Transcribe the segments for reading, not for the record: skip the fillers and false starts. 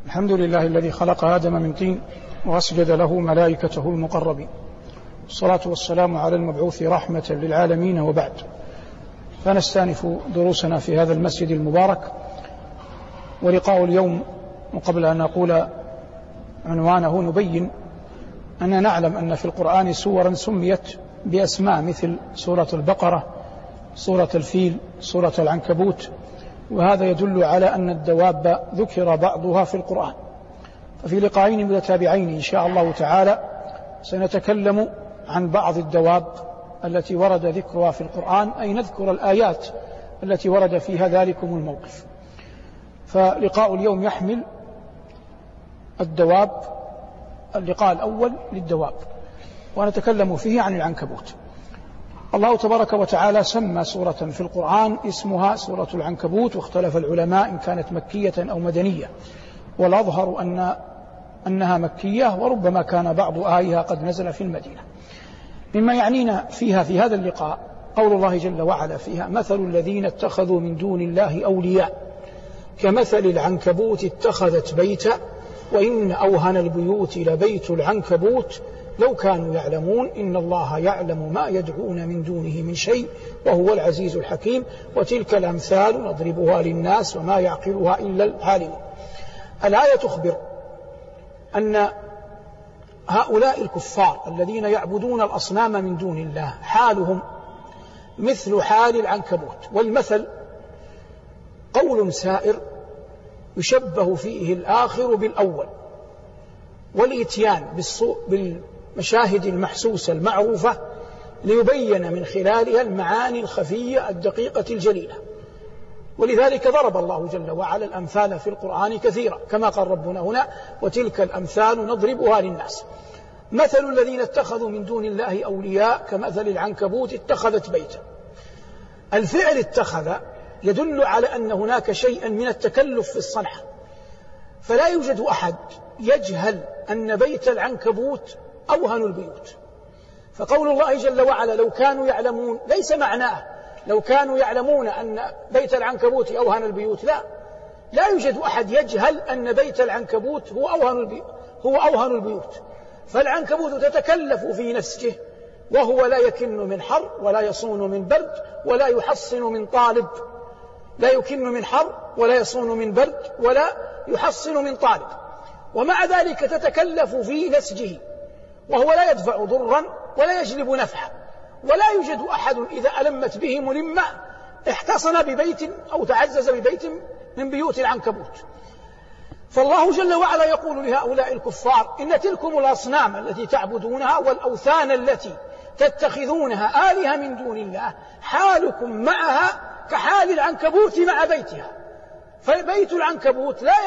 الحمد لله الذي خلق آدم من طين وأسجد له ملائكته المقربين، والصلاة والسلام على المبعوث رحمة للعالمين، وبعد. فنستأنف دروسنا في هذا المسجد المبارك، ولقاء اليوم، وقبل أن نقول عنوانه نبين أننا نعلم أن في القرآن سورا سميت بأسماء مثل سورة البقرة، سورة الفيل، سورة العنكبوت، وهذا يدل على أن الدواب ذكر بعضها في القرآن. ففي لقاءين متتابعين إن شاء الله تعالى سنتكلم عن بعض الدواب التي ورد ذكرها في القرآن، أي نذكر الآيات التي ورد فيها ذلكم الموقف. فلقاء اليوم يحمل الدواب، اللقاء الأول للدواب، ونتكلم فيه عن العنكبوت. الله تبارك وتعالى سمى سورة في القرآن اسمها سورة العنكبوت، واختلف العلماء إن كانت مكية أو مدنية، والأظهر أنها مكية، وربما كان بعض آيها قد نزل في المدينة. مما يعنينا فيها في هذا اللقاء قول الله جل وعلا فيها: مثل الذين اتخذوا من دون الله أولياء كمثل العنكبوت اتخذت بيتا وإن أوهن البيوت لبيت العنكبوت لو كانوا يعلمون إن الله يعلم ما يدعون من دونه من شيء وهو العزيز الحكيم وتلك الأمثال نضربها للناس وما يعقلها إلا العالمون. الآية تخبر أن هؤلاء الكفار الذين يعبدون الأصنام من دون الله حالهم مثل حال العنكبوت، والمثل قول سائر يشبه فيه الآخر بالأول، والإتيان بالمشاهد المحسوسة المعروفة ليبين من خلالها المعاني الخفية الدقيقة الجليلة. ولذلك ضرب الله جل وعلا الأمثال في القرآن كثيرا، كما قال ربنا هنا: وتلك الأمثال نضربها للناس. مثل الذين اتخذوا من دون الله أولياء كمثل العنكبوت اتخذت بيتا. الفعل اتخذ يدل على أن هناك شيئا من التكلف في الصنعة، فلا يوجد أحد يجهل أن بيت العنكبوت أوهن البيوت. فقول الله جل وعلا لو كانوا يعلمون ليس معناه لو كانوا يعلمون أن بيت العنكبوت أوهن البيوت، لا يوجد أحد يجهل أن بيت العنكبوت هو أوهن البيوت. فالعنكبوت تتكلف في نسجه، وهو لا يكن من حر ولا يصون من برد ولا يحصن من طالب، لا يكن من حر ولا يصون من برد ولا يحصن من طالب، ومع ذلك تتكلف في نسجه، وهو لا يدفع ضرا ولا يجلب نفعا، ولا يوجد أحد إذا ألمت به ملمة احتصن ببيت أو تعزز ببيت من بيوت العنكبوت. فالله جل وعلا يقول لهؤلاء الكفار: إن تلكم الأصنام التي تعبدونها والأوثان التي تتخذونها آلهة من دون الله حالكم معها كحال العنكبوت مع بيتها. فبيت العنكبوت لا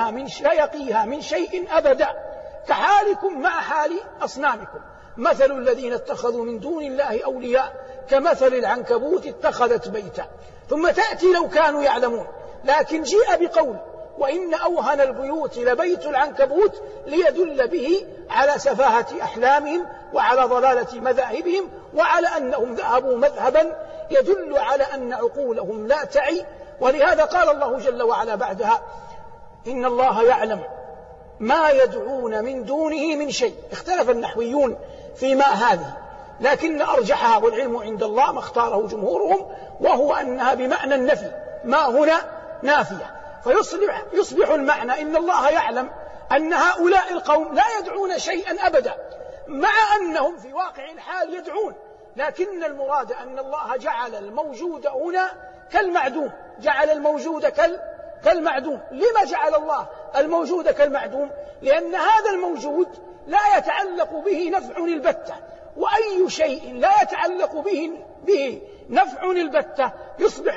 يقيها من شيء أبدا، كحالكم مع حال أصنامكم. مثل الذين اتخذوا من دون الله أولياء كمثل العنكبوت اتخذت بيتا، ثم تأتي لو كانوا يعلمون، لكن جيء بقول وإن أوهن البيوت لبيت العنكبوت ليدل به على سفاهة أحلامهم وعلى ضلالة مذاهبهم، وعلى أنهم ذهبوا مذهبا يدل على أن عقولهم لا تعي. ولهذا قال الله جل وعلا بعدها: إن الله يعلم ما يدعون من دونه من شيء. اختلف النحويون في ما هذه، لكن أرجحها والعلم عند الله ما اختاره جمهورهم، وهو أنها بمعنى النفي، ما هنا نافية، فيصبح المعنى إن الله يعلم أن هؤلاء القوم لا يدعون شيئا أبدا، مع أنهم في واقع الحال يدعون، لكن المراد أن الله جعل الموجود هنا كالمعدوم، جعل الموجود كالمعدوم. لما جعل الله الموجود كالمعدوم؟ لأن هذا الموجود لا يتعلق به نفع البتة، وأي شيء لا يتعلق به نفع البتة يصبح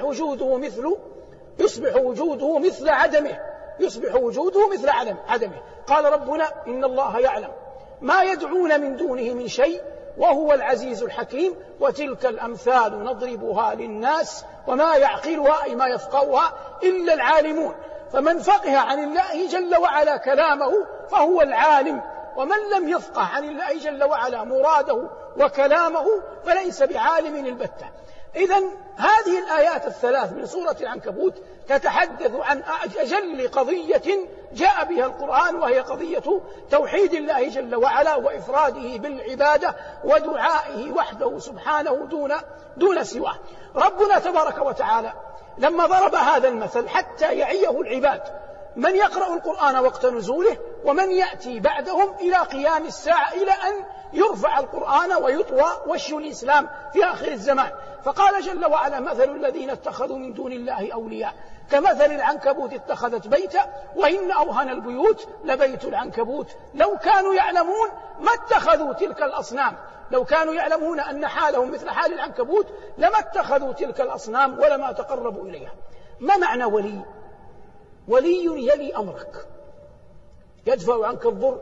وجوده مثل عدمه. قال ربنا: إن الله يعلم ما يدعون من دونه من شيء وهو العزيز الحكيم وتلك الأمثال نضربها للناس وما يعقلها أي ما يفقهها إلا العالمون. فمن فقه عن الله جل وعلا كلامه فهو العالم، ومن لم يفقه عن الله جل وعلا مراده وكلامه فليس بعالم البتة. إذن هذه الآيات الثلاث من سورة العنكبوت تتحدث عن أجل قضية جاء بها القرآن، وهي قضية توحيد الله جل وعلا وإفراده بالعبادة ودعائه وحده سبحانه دون سواه. ربنا تبارك وتعالى لما ضرب هذا المثل حتى يعيه العباد، من يقرأ القرآن وقت نزوله ومن يأتي بعدهم إلى قيام الساعة، إلى أن يرفع القرآن ويطوى وشي الإسلام في آخر الزمان. فقال جل وعلا: مثل الذين اتخذوا من دون الله أولياء كمثل العنكبوت اتخذت بيتا وإن أوهن البيوت لبيت العنكبوت لو كانوا يعلمون ما اتخذوا تلك الأصنام. لو كانوا يعلمون أن حالهم مثل حال العنكبوت لما اتخذوا تلك الأصنام ولما تقربوا إليها. ما معنى ولي؟ ولي يلي أمرك، يدفع عنك الضر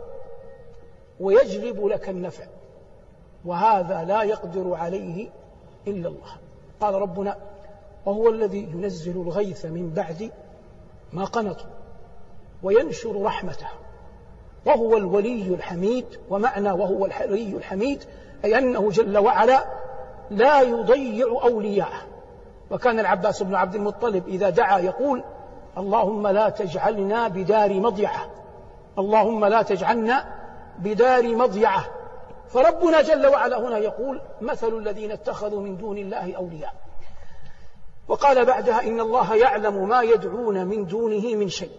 ويجلب لك النفع، وهذا لا يقدر عليه إلا الله. قال ربنا: وهو الذي ينزل الغيث من بعد ما قنطوا وينشر رحمته وهو الولي الحميد. ومعنى وهو الولي الحميد أي أنه جل وعلا لا يضيع أولياءه. وكان العباس بن عبد المطلب إذا دعا يقول: اللهم لا تجعلنا بدار مضيعة، اللهم لا تجعلنا بدار مضيعة. فربنا جل وعلا هنا يقول: مثل الذين اتخذوا من دون الله أولياء. وقال بعدها: إن الله يعلم ما يدعون من دونه من شيء.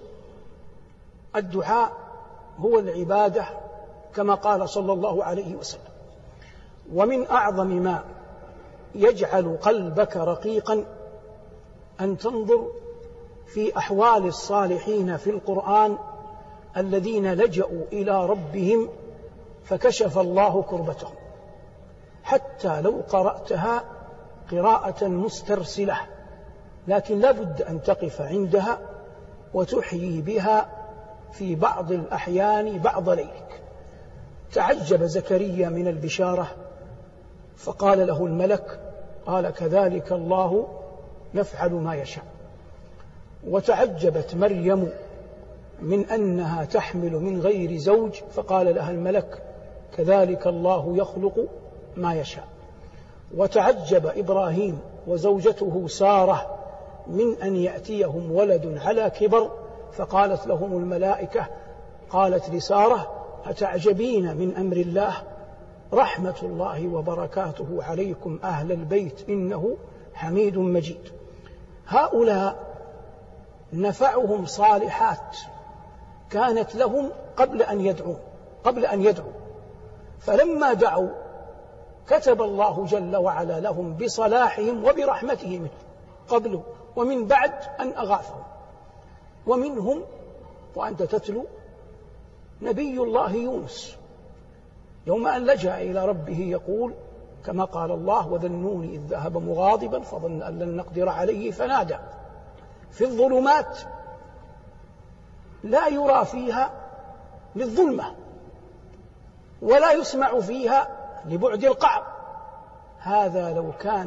الدعاء هو العبادة كما قال صلى الله عليه وسلم. ومن أعظم ما يجعل قلبك رقيقا أن تنظر في أحوال الصالحين في القرآن الذين لجأوا إلى ربهم فكشف الله كربتهم، حتى لو قرأتها قراءة مسترسلة، لكن لا بد أن تقف عندها وتحيي بها في بعض الأحيان بعض ليلك. تعجب زكريا من البشارة فقال له الملك: قال: كذلك الله يفعل ما يشاء. وتعجبت مريم من أنها تحمل من غير زوج فقال لها الملك: كذلك الله يخلق ما يشاء. وتعجب إبراهيم وزوجته سارة من أن يأتيهم ولد على كبر فقالت لهم الملائكة، قالت لسارة: أتعجبين من أمر الله؟ رحمة الله وبركاته عليكم أهل البيت إنه حميد مجيد. هؤلاء نفعهم صالحات كانت لهم قبل أن يدعوا، فلما دعوا كتب الله جل وعلا لهم بصلاحهم وبرحمته منه قبل ومن بعد أن أغاثهم. ومنهم وأنت تتلو نبي الله يونس يوم أن لجأ إلى ربه يقول كما قال الله: وذا النون إذ ذهب مغاضبا فظن أن لن نقدر عليه فنادى في الظلمات لا يرى فيها للظلمة ولا يسمع فيها لبعد القعر. هذا لو كان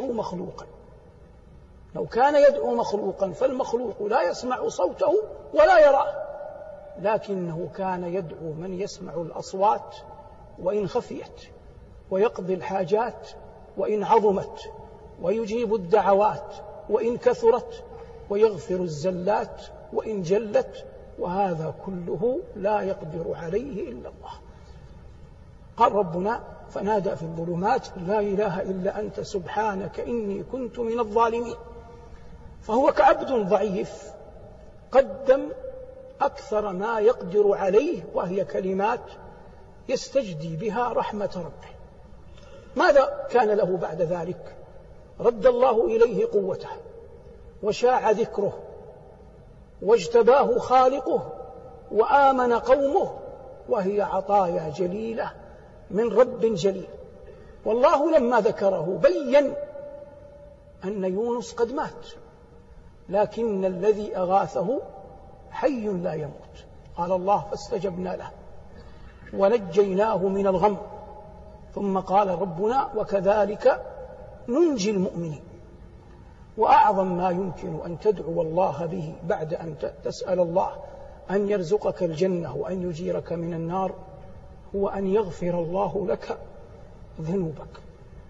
يدعو مخلوقا فالمخلوق لا يسمع صوته ولا يراه، لكنه كان يدعو من يسمع الأصوات وإن خفيت، ويقضي الحاجات وإن عظمت، ويجيب الدعوات وإن كثرت، ويغفر الزلات وإن جلت، وهذا كله لا يقدر عليه إلا الله. قال ربنا: فنادى في الظلمات لا إله إلا أنت سبحانك إني كنت من الظالمين. فهو كعبد ضعيف قدم أكثر ما يقدر عليه، وهي كلمات يستجدي بها رحمة ربه. ماذا كان له بعد ذلك؟ رد الله إليه قوته وشاع ذكره واجتباه خالقه وآمن قومه، وهي عطايا جليلة من رب جليل. والله لما ذكره بين أن يونس قد مات، لكن الذي أغاثه حي لا يموت. قال الله: فاستجبنا له ونجيناه من الغم. ثم قال ربنا: وكذلك ننجي المؤمنين. وأعظم ما يمكن أن تدعو الله به بعد أن تسأل الله أن يرزقك الجنة وأن يجيرك من النار هو أن يغفر الله لك ذنوبك.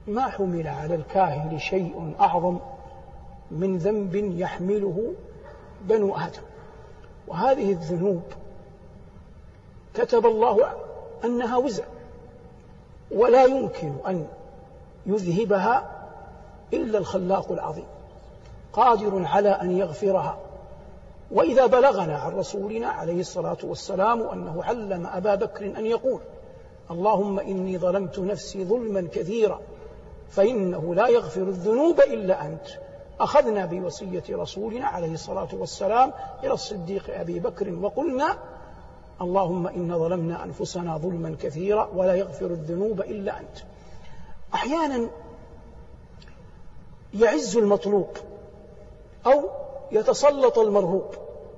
ما حمل على الكاهن شيء أعظم من ذنب يحمله بنو آدم، وهذه الذنوب كتب الله أنها وزر، ولا يمكن أن يذهبها إلا الخلاق العظيم، قادر على أن يغفرها. وإذا بلغنا عن رسولنا عليه الصلاة والسلام أنه علم أبا بكر أن يقول: اللهم إني ظلمت نفسي ظلما كثيرا فإنه لا يغفر الذنوب إلا أنت، أخذنا بوصية رسولنا عليه الصلاة والسلام إلى الصديق أبي بكر وقلنا: اللهم إن ظلمنا أنفسنا ظلما كثيرا ولا يغفر الذنوب إلا أنت. أحيانا يعز المطلوب أو يتسلط المرهوب،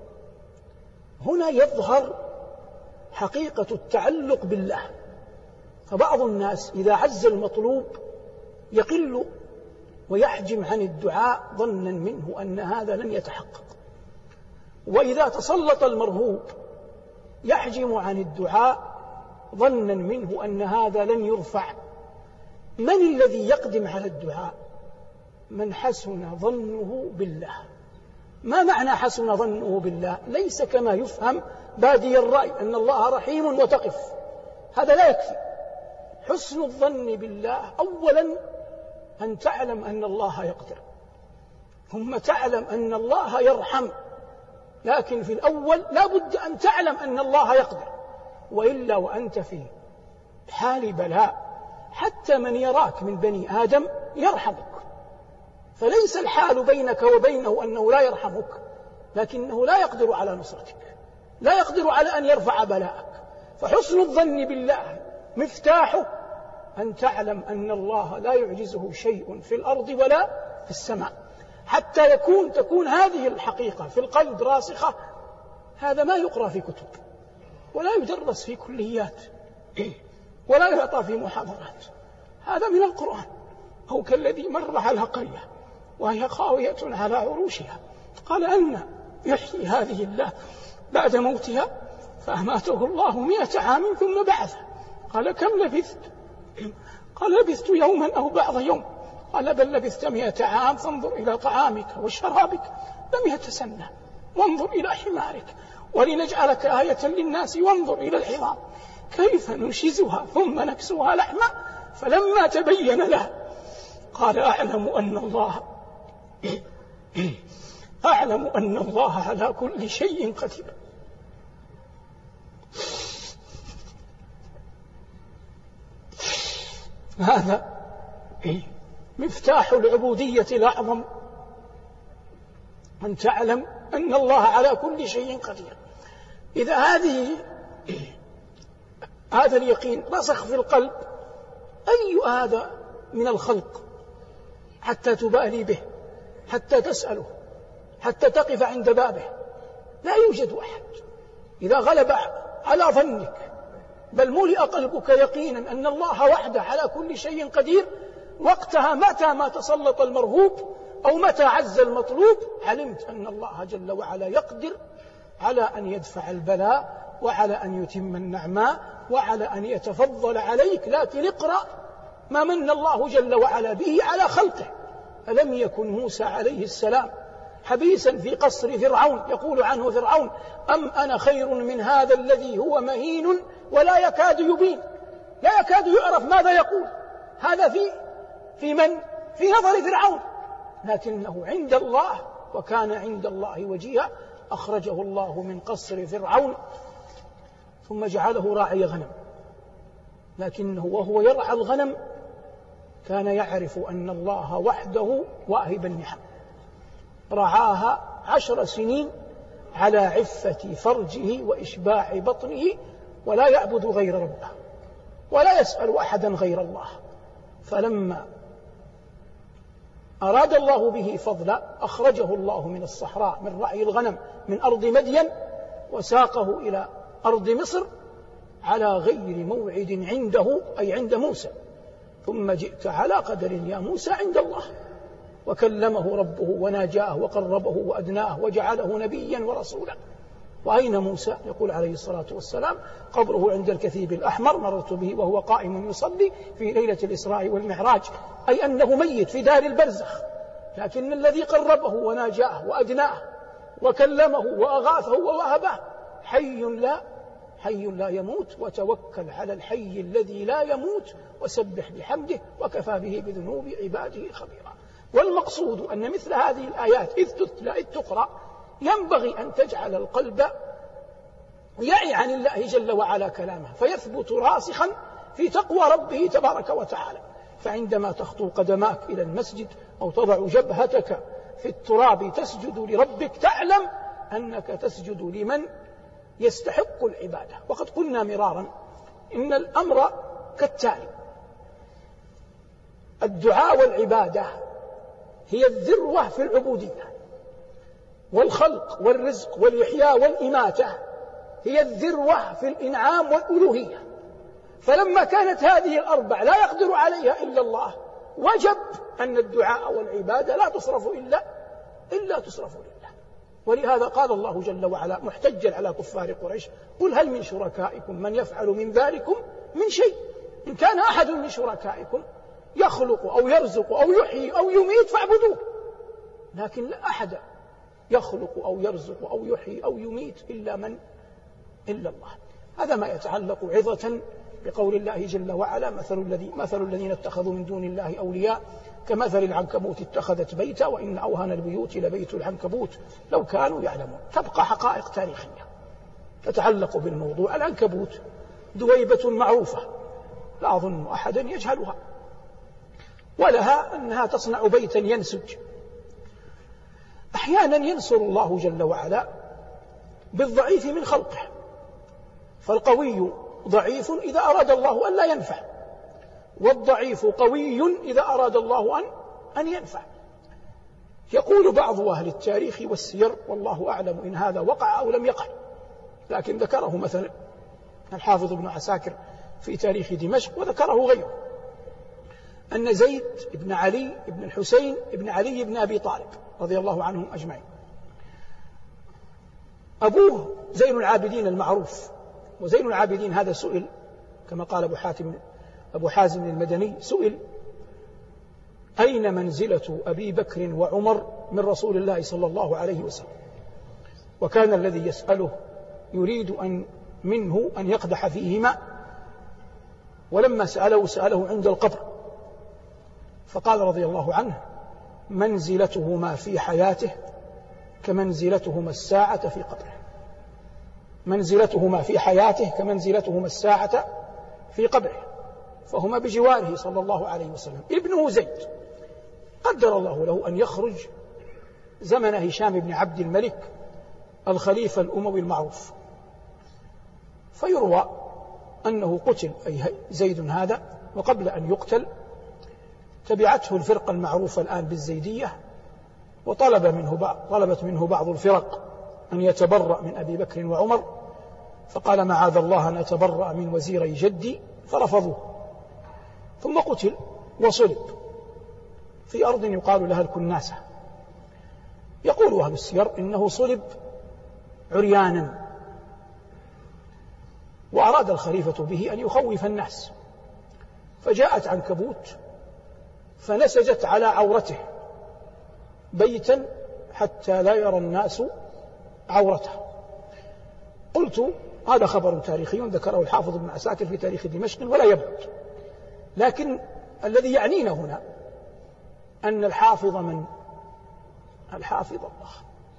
هنا يظهر حقيقة التعلق بالله. فبعض الناس إذا عز المطلوب يقل ويحجم عن الدعاء ظنا منه أن هذا لن يتحقق، وإذا تسلط المرهوب يحجم عن الدعاء ظنا منه أن هذا لن يرفع. من الذي يقدم على الدعاء؟ من حسن ظنه بالله. ما معنى حسن ظنه بالله؟ ليس كما يفهم بادي الرأي أن الله رحيم وتقف، هذا لا يكفي. حسن الظن بالله أولا أن تعلم أن الله يقدر، ثم تعلم أن الله يرحم، لكن في الأول لا بد أن تعلم أن الله يقدر، وإلا وأنت في حال بلاء حتى من يراك من بني آدم يرحمك. فليس الحال بينك وبينه أنه لا يرحمك، لكنه لا يقدر على نصرتك، لا يقدر على أن يرفع بلاءك. فحسن الظن بالله مفتاحه أن تعلم أن الله لا يعجزه شيء في الأرض ولا في السماء، حتى تكون هذه الحقيقة في القلب راسخة. هذا ما يقرأ في كتب، ولا يدرس في كليات، ولا يعطى في محاضرات، هذا من القرآن. أو كالذي مر على قرية وهي خاوية على عروشها قال: أن يحيي هذه الله بعد موتها؟ فأماته الله 100 عام ثم بعثه. قال: كم لبثت؟ قال: لبثت يوما أو بعض يوم. قال: بل لبثت 100 عام، فانظر إلى طعامك وشرابك لم يتسنى، وانظر إلى حمارك، ولنجعلك آية للناس، وانظر إلى العظام كيف ننشزها ثم نكسوها لحما. فلما تبين له قال: أعلم أن الله على كل شيء قدير. هذا مفتاح العبودية الأعظم، أن تعلم أن الله على كل شيء قدير. إذا هذا اليقين رسخ في القلب، أي هذا من الخلق حتى تبالي به، حتى تسأله، حتى تقف عند بابه؟ لا يوجد أحد. إذا غلب على ظنك بل ملئ قلبك يقينا أن الله وحده على كل شيء قدير، وقتها متى ما تسلط المرهوب أو متى عز المطلوب علمت أن الله جل وعلا يقدر على أن يدفع البلاء، وعلى أن يتم النعماء، وعلى أن يتفضل عليك. لكن اقرأ ما من الله جل وعلا به على خلقه. ألم يكن موسى عليه السلام حبيسا في قصر فرعون، يقول عنه فرعون: أم أنا خير من هذا الذي هو مهين ولا يكاد يبين، لا يكاد يعرف ماذا يقول. هذا في من؟ في نظر فرعون، لكنه عند الله وكان عند الله وجيها. أخرجه الله من قصر فرعون ثم جعله راعي غنم، لكنه وهو يرعى الغنم كان يعرف أن الله وحده واهب النعم. رعاها 10 سنين على عفة فرجه وإشباع بطنه، ولا يعبد غير ربه ولا يسأل أحدا غير الله. فلما أراد الله به فضلا أخرجه الله من الصحراء من رعي الغنم من أرض مدين وساقه إلى أرض مصر على غير موعد عنده، أي عند موسى. ثم جئت على قدر يا موسى عند الله، وكلمه ربه وناجاه وقربه وأدناه وجعله نبيا ورسولا. وأين موسى؟ يقول عليه الصلاة والسلام: قبره عند الكثيب الأحمر، مررت به وهو قائم يصلي في ليلة الإسراء والمعراج، أي أنه ميت في دار البرزخ، لكن الذي قربه وناجاه وأدناه وكلمه وأغاثه ووهبه حي لا يموت، وتوكل على الحي الذي لا يموت وسبح بحمده وكفى به بذنوب عباده خبيرا. والمقصود أن مثل هذه الآيات إذ تتلى إذ تقرأ ينبغي أن تجعل القلب يعي عن الله جل وعلا كلامه، فيثبت راسخا في تقوى ربه تبارك وتعالى. فعندما تخطو قدماك إلى المسجد أو تضع جبهتك في التراب تسجد لربك، تعلم أنك تسجد لمن يستحق العبادة. وقد قلنا مرارا إن الأمر كالتالي: الدعاء والعبادة هي الذروة في العبودية، والخلق والرزق والإحياء والإماتة هي الذروة في الإنعام والألوهية. فلما كانت هذه الأربع لا يقدر عليها إلا الله، وجب أن الدعاء والعبادة لا تصرف إلا تصرف لله. ولهذا قال الله جل وعلا محتجا على كفار قريش: قل هل من شركائكم من يفعل من ذلكم من شيء؟ إن كان أحد من شركائكم يخلق أو يرزق أو يحيي أو يميت فاعبدوه، لكن لا أحد يخلق أو يرزق أو يحيي أو يميت إلا الله. هذا ما يتعلق عظة بقول الله جل وعلا: مثل الذين اتخذوا من دون الله أولياء كمثل العنكبوت اتخذت بيتا وإن أوهن البيوت لبيت العنكبوت لو كانوا يعلمون. تبقى حقائق تاريخية تتعلق بالموضوع. العنكبوت دويبة معروفة لا أظن أحدا يجهلها، ولها أنها تصنع بيتا ينسج. أحيانا ينصر الله جل وعلا بالضعيف من خلقه، فالقوي ضعيف إذا أراد الله أن لا ينفع، والضعيف قوي إذا أراد الله أن ينفع. يقول بعض أهل التاريخ والسير، والله أعلم إن هذا وقع أو لم يقع، لكن ذكره مثلا الحافظ ابن عساكر في تاريخ دمشق وذكره غيره، أن زيد بن علي بن الحسين بن علي بن أبي طالب رضي الله عنهم أجمعين، أبوه زين العابدين المعروف. وزين العابدين هذا سئل كما قال أبو حازم المدني، سئل: أين منزلة أبي بكر وعمر من رسول الله صلى الله عليه وسلم؟ وكان الذي يسأله يريد منه أن يقدح فيهما، ولما سأله عند القبر، فقال رضي الله عنه: منزلتهما في حياته كمنزلتهما الساعة في قبره. منزلتهما في حياته كمنزلتهما الساعة في قبره، فهما بجواره صلى الله عليه وسلم. ابنه زيد قدر الله له أن يخرج زمن هشام بن عبد الملك الخليفة الأموي المعروف، فيروى أنه قتل أي زيد هذا، وقبل أن يقتل تبعته الفرقة المعروفة الآن بالزيدية، طلبت منه بعض الفرق أن يتبرأ من أبي بكر وعمر، فقال: معاذ الله أن أتبرأ من وزيري جدي، فرفضوه. ثم قتل وصلب في أرض يقال لها الكناسة. يقول أهل السير إنه صلب عريانا، وأراد الخليفة به أن يخوف الناس، فجاءت عنكبوت فنسجت على عورته بيتا حتى لا يرى الناس عورته. قلت: هذا خبر تاريخي ذكره الحافظ ابن عساكر في تاريخ دمشق ولا يبعد، لكن الذي يعنينا هنا أن الحافظ الله.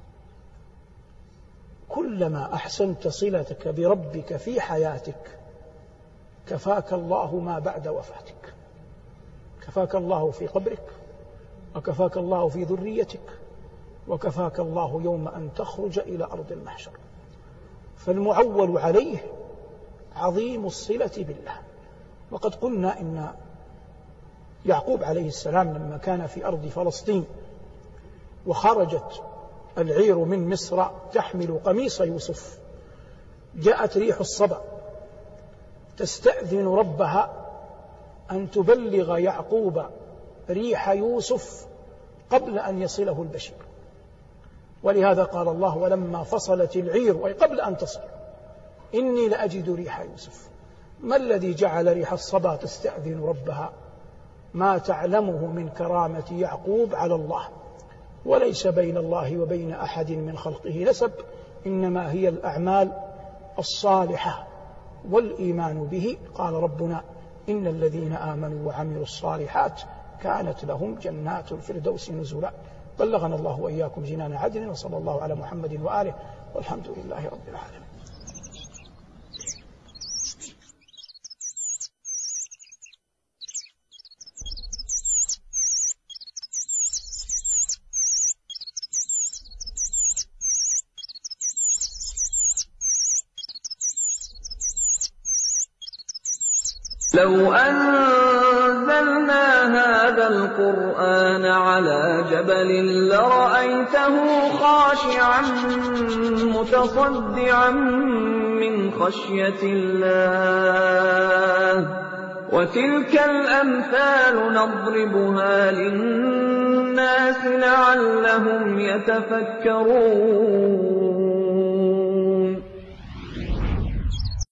كلما أحسنت صلتك بربك في حياتك كفاك الله ما بعد وفاتك، كفاك الله في قبرك، وكفاك الله في ذريتك، وكفاك الله يوم أن تخرج إلى أرض المحشر. فالمعول عليه عظيم الصلة بالله. وقد قلنا إن يعقوب عليه السلام لما كان في أرض فلسطين وخرجت العير من مصر تحمل قميص يوسف، جاءت ريح الصبا تستأذن ربها أن تبلغ يعقوب ريح يوسف قبل أن يصله البشير. ولهذا قال الله: ولما فصلت العير، أي قبل أن تصل، إني لأجد ريح يوسف. ما الذي جعل ريح الصبا تستأذن ربها؟ ما تعلمه من كرامة يعقوب على الله، وليس بين الله وبين أحد من خلقه نسب، إنما هي الأعمال الصالحة والإيمان به. قال ربنا: إن الذين آمنوا وعملوا الصالحات كانت لهم جنات الفردوس نزلا. بلغنا الله وإياكم جنان عدن، وصلى الله على محمد وآله، والحمد لله رب العالمين. لو أنزلنا هذا القرآن على جبل لرأيته خاشعا متصدعا من خشية الله. وتلك الأمثال نضربها للناس لعلهم يتفكرون.